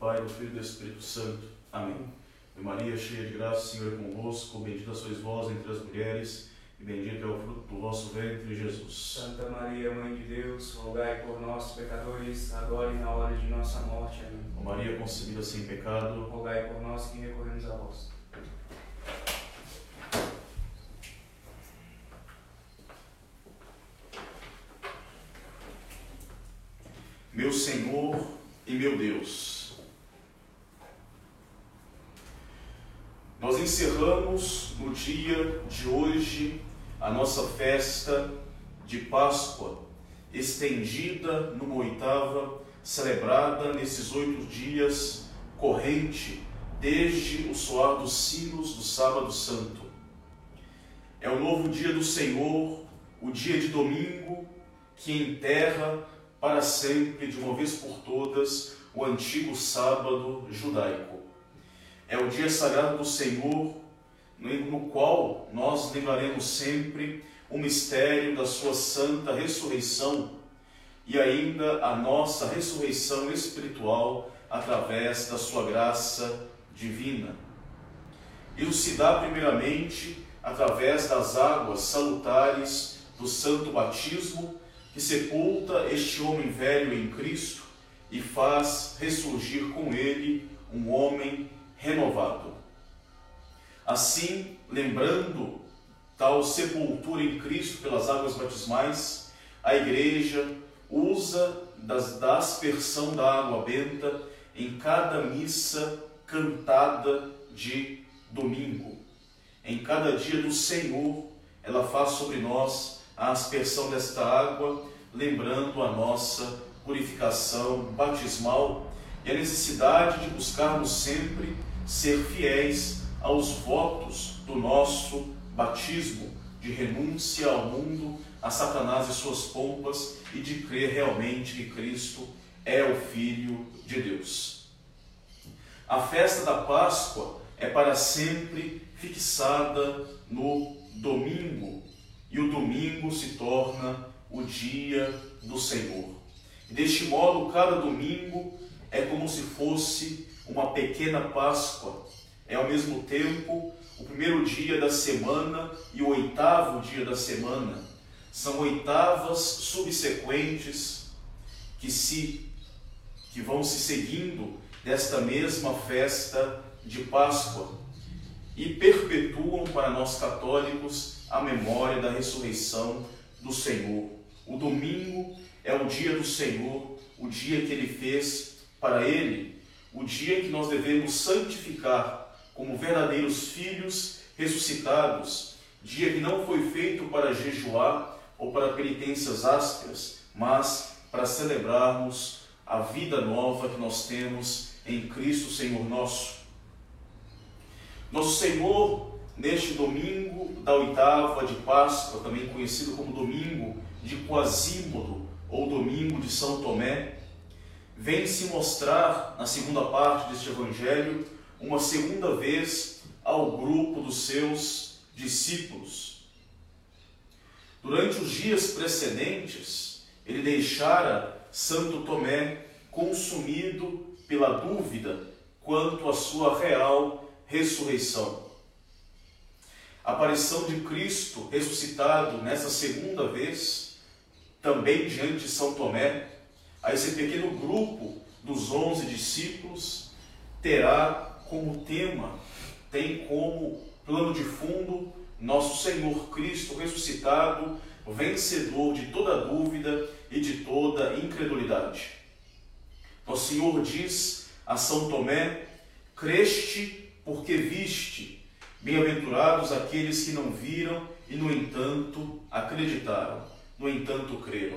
Pai, do Filho e do Espírito Santo. Amém. Ave Maria, cheia de graça, o Senhor é convosco, bendita sois vós entre as mulheres, e bendito é o fruto do vosso ventre, Jesus. Santa Maria, Mãe de Deus, rogai por nós, pecadores, agora e na hora de nossa morte. Amém. Ó Maria concebida sem pecado, Rogai por nós que recorremos a vós. meu Senhor e meu Deus. Nós encerramos no dia de hoje a nossa festa de Páscoa, estendida numa oitava, celebrada nesses 8 dias, corrente, desde o soar dos sinos do Sábado Santo. É o novo dia do Senhor, o dia de domingo, que enterra para sempre, de uma vez por todas, o antigo sábado judaico. É o dia sagrado do Senhor, no qual nós lembraremos sempre o mistério da sua santa ressurreição e ainda a nossa ressurreição espiritual através da sua graça divina. Isso se dá primeiramente através das águas salutares do santo batismo, que sepulta este homem velho em Cristo e faz ressurgir com ele um homem renovado. Assim, lembrando tal sepultura em Cristo pelas águas batismais, a Igreja usa da aspersão da água benta em cada missa cantada de domingo. Em cada dia do Senhor, ela faz sobre nós a aspersão desta água, lembrando a nossa purificação batismal e a necessidade de buscarmos sempre ser fiéis aos votos do nosso batismo, de renúncia ao mundo, a Satanás e suas pompas, e de crer realmente que Cristo é o Filho de Deus. A festa da Páscoa é para sempre fixada no domingo, e o domingo se torna o dia do Senhor. E deste modo, cada domingo é como se fosse uma pequena Páscoa. É ao mesmo tempo o primeiro dia da semana e o 8º dia da semana. São oitavas subsequentes que vão se seguindo desta mesma festa de Páscoa e perpetuam para nós católicos a memória da ressurreição do Senhor. O domingo é o dia do Senhor, o dia que Ele fez para Ele, o dia que nós devemos santificar como verdadeiros filhos ressuscitados, dia que não foi feito para jejuar ou para penitências ásperas, mas para celebrarmos a vida nova que nós temos em Cristo Senhor nosso. Nosso Senhor, neste domingo da oitava de Páscoa, também conhecido como domingo de Quasímodo ou domingo de São Tomé, vem se mostrar na segunda parte deste evangelho uma segunda vez ao grupo dos seus discípulos. Durante os dias precedentes, ele deixara Santo Tomé consumido pela dúvida quanto à sua real ressurreição. A aparição de Cristo ressuscitado nessa segunda vez, também diante de São Tomé, a esse pequeno grupo dos 11 discípulos, terá como tema, tem como plano de fundo, nosso Senhor Cristo ressuscitado, vencedor de toda dúvida e de toda incredulidade. Nosso Senhor diz a São Tomé: creste porque viste, bem-aventurados aqueles que não viram e, no entanto, acreditaram, no entanto, creram.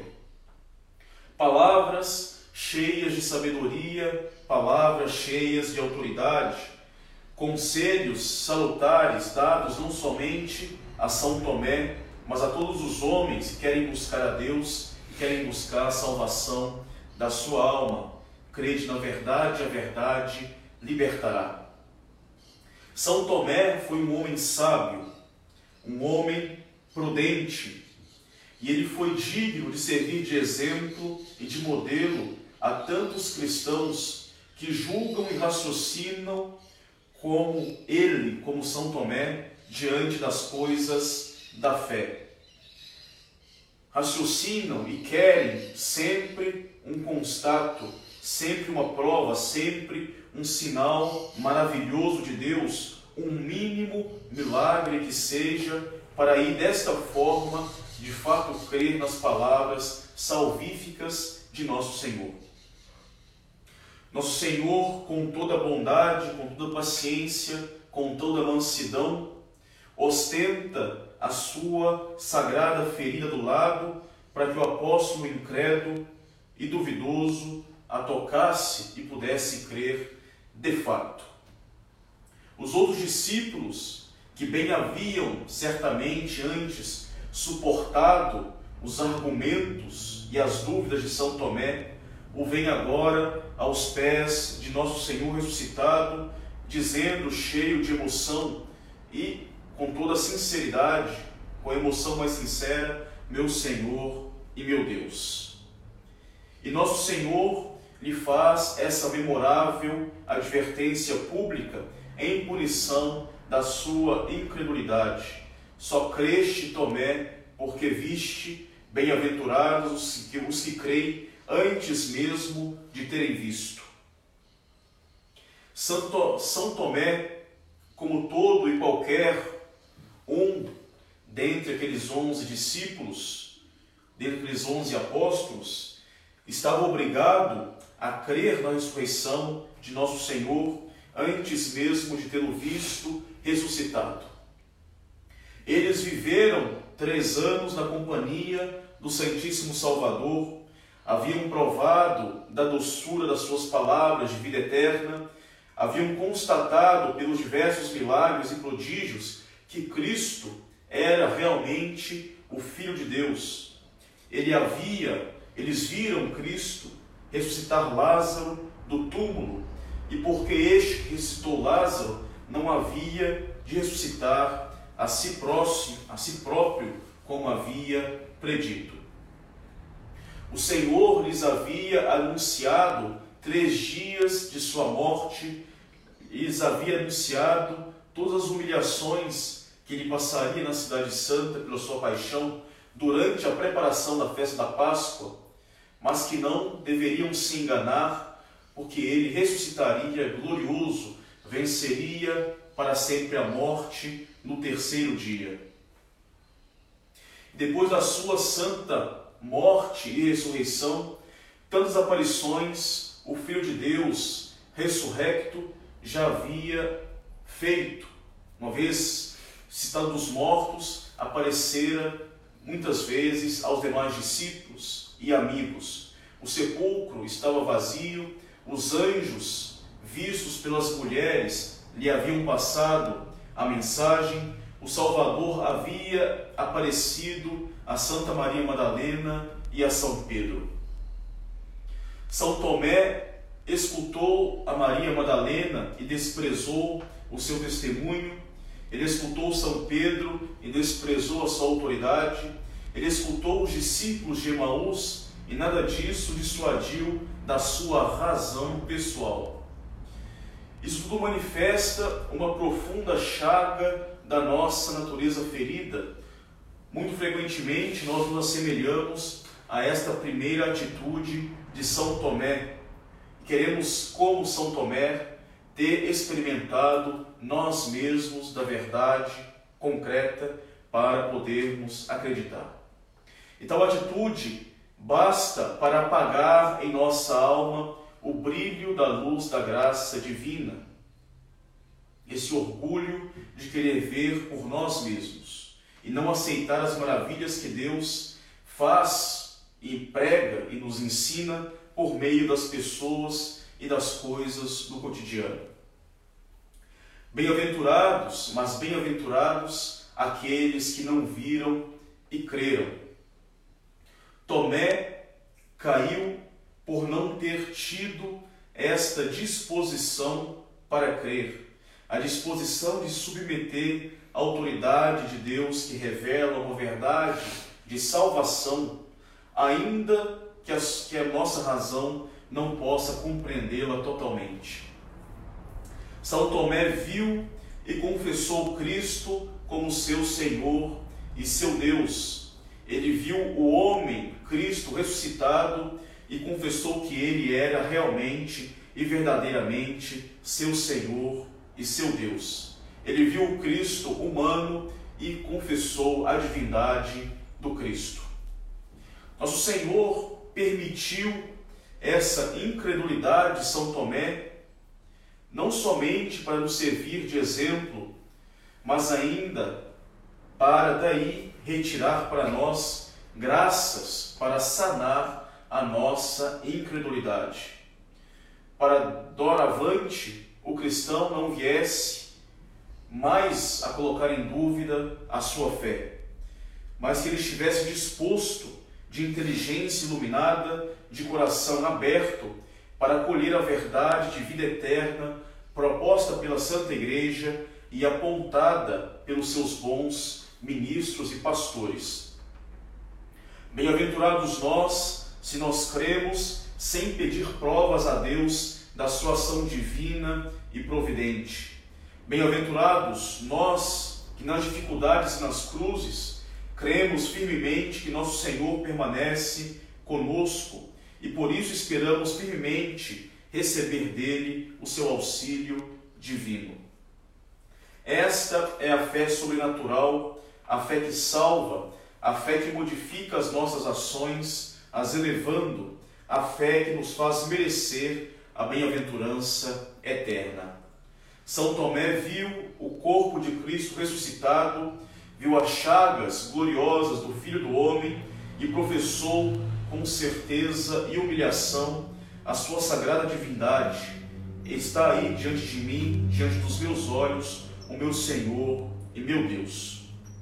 Palavras cheias de sabedoria, palavras cheias de autoridade, conselhos salutares dados não somente a São Tomé, mas a todos os homens que querem buscar a Deus e querem buscar a salvação da sua alma. Crede na verdade, a verdade libertará. São Tomé foi um homem sábio, um homem prudente, e ele foi digno de servir de exemplo e de modelo a tantos cristãos que julgam e raciocinam como ele, como São Tomé, diante das coisas da fé. Raciocinam e querem sempre um constato, sempre uma prova, sempre um sinal maravilhoso de Deus, um mínimo milagre que seja, para aí desta forma, de fato, crer nas palavras salvíficas de nosso Senhor. Nosso Senhor, com toda bondade, com toda paciência, com toda mansidão, ostenta a sua sagrada ferida do lado para que o apóstolo incrédulo e duvidoso a tocasse e pudesse crer de fato. Os outros discípulos, que bem haviam certamente antes suportado os argumentos e as dúvidas de São Tomé, o veem agora aos pés de nosso Senhor ressuscitado, dizendo, cheio de emoção e com toda sinceridade, com a emoção mais sincera: meu Senhor e meu Deus. E nosso Senhor lhe faz essa memorável advertência pública em punição da sua incredulidade. Só creste, Tomé, porque viste, bem-aventurados os que creem antes mesmo de terem visto. São Tomé, como todo e qualquer um dentre aqueles 11 discípulos, dentre aqueles 11 apóstolos, estava obrigado a crer na ressurreição de nosso Senhor antes mesmo de tê-lo visto ressuscitado. Eles viveram 3 anos na companhia do Santíssimo Salvador, haviam provado da doçura das suas palavras de vida eterna, haviam constatado pelos diversos milagres e prodígios que Cristo era realmente o Filho de Deus. Eles viram Cristo ressuscitar Lázaro do túmulo, e porque este ressuscitou Lázaro, não havia de ressuscitar a si próprio, como havia predito. O Senhor lhes havia anunciado 3 dias de sua morte, lhes havia anunciado todas as humilhações que lhe passaria na Cidade Santa pela sua paixão durante a preparação da festa da Páscoa, mas que não deveriam se enganar, porque ele ressuscitaria glorioso, venceria para sempre a morte no 3º dia. Depois da sua santa morte e ressurreição, tantas aparições o Filho de Deus ressurrecto já havia feito. Uma vez citado dos mortos, aparecera muitas vezes aos demais discípulos e amigos. O sepulcro estava vazio, os anjos, vistos pelas mulheres, lhe haviam passado a mensagem, o Salvador havia aparecido a Santa Maria Madalena e a São Pedro. São Tomé escutou a Maria Madalena e desprezou o seu testemunho. Ele escutou São Pedro e desprezou a sua autoridade. Ele escutou os discípulos de Emaús e nada disso dissuadiu da sua razão pessoal. Isso tudo manifesta uma profunda chaga da nossa natureza ferida. Muito frequentemente nós nos assemelhamos a esta primeira atitude de São Tomé. Queremos, como São Tomé, ter experimentado nós mesmos da verdade concreta para podermos acreditar. E tal atitude basta para apagar em nossa alma o brilho da luz da graça divina, esse orgulho de querer ver por nós mesmos e não aceitar as maravilhas que Deus faz e prega e nos ensina por meio das pessoas e das coisas do cotidiano. Bem-aventurados, mas bem-aventurados aqueles que não viram e creram. Tomé caiu por não ter tido esta disposição para crer, a disposição de submeter a autoridade de Deus que revela uma verdade de salvação, ainda que a nossa razão não possa compreendê-la totalmente. São Tomé viu e confessou Cristo como seu Senhor e seu Deus. Ele viu o homem, Cristo, ressuscitado e confessou que ele era realmente e verdadeiramente seu Senhor e seu Deus. Ele viu o Cristo humano e confessou a divindade do Cristo. Nosso Senhor permitiu essa incredulidade de São Tomé, não somente para nos servir de exemplo, mas ainda para daí retirar para nós graças para sanar a nossa incredulidade. Para doravante o cristão não viesse mais a colocar em dúvida a sua fé, mas que ele estivesse disposto, de inteligência iluminada, de coração aberto, para acolher a verdade de vida eterna proposta pela Santa Igreja e apontada pelos seus bons ministros e pastores. Bem-aventurados nós, se nós cremos sem pedir provas a Deus da sua ação divina e providente. Bem-aventurados nós, que nas dificuldades e nas cruzes cremos firmemente que nosso Senhor permanece conosco e por isso esperamos firmemente receber dele o seu auxílio divino. Esta é a fé sobrenatural, a fé que salva, a fé que modifica as nossas ações, as elevando, a fé que nos faz merecer a bem-aventurança eterna. São Tomé viu o corpo de Cristo ressuscitado, viu as chagas gloriosas do Filho do Homem e professou com certeza e humilhação a sua sagrada divindade. Está aí diante de mim, diante dos meus olhos, o meu Senhor e meu Deus.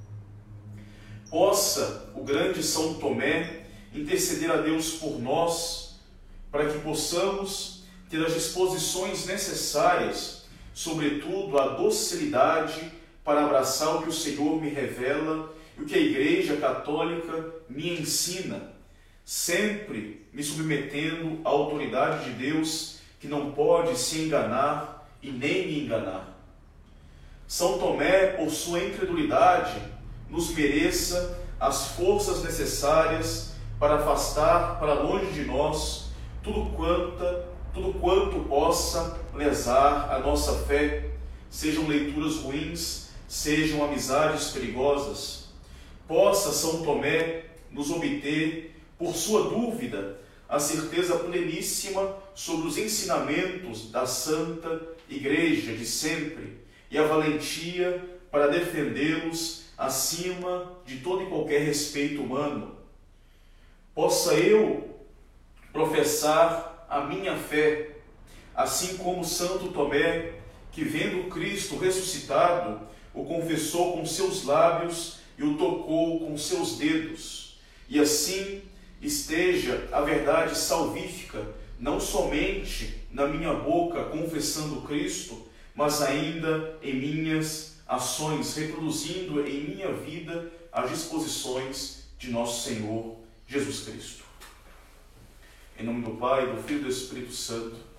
Possa o grande São Tomé interceder a Deus por nós, para que possamos ter as disposições necessárias, sobretudo a docilidade para abraçar o que o Senhor me revela e o que a Igreja Católica me ensina, sempre me submetendo à autoridade de Deus, que não pode se enganar e nem me enganar. São Tomé, por sua incredulidade, nos mereça as forças necessárias para afastar para longe de nós tudo quanto possa lesar a nossa fé, sejam leituras ruins, sejam amizades perigosas. Possa São Tomé nos obter, por sua dúvida, a certeza pleníssima sobre os ensinamentos da Santa Igreja de sempre e a valentia para defendê-los acima de todo e qualquer respeito humano. Possa eu professar a minha fé, assim como Santo Tomé, que vendo Cristo ressuscitado, o confessou com seus lábios e o tocou com seus dedos, e assim esteja a verdade salvífica, não somente na minha boca confessando Cristo, mas ainda em minhas ações, reproduzindo em minha vida as disposições de nosso Senhor Jesus Cristo. Em nome do Pai, do Filho e do Espírito Santo.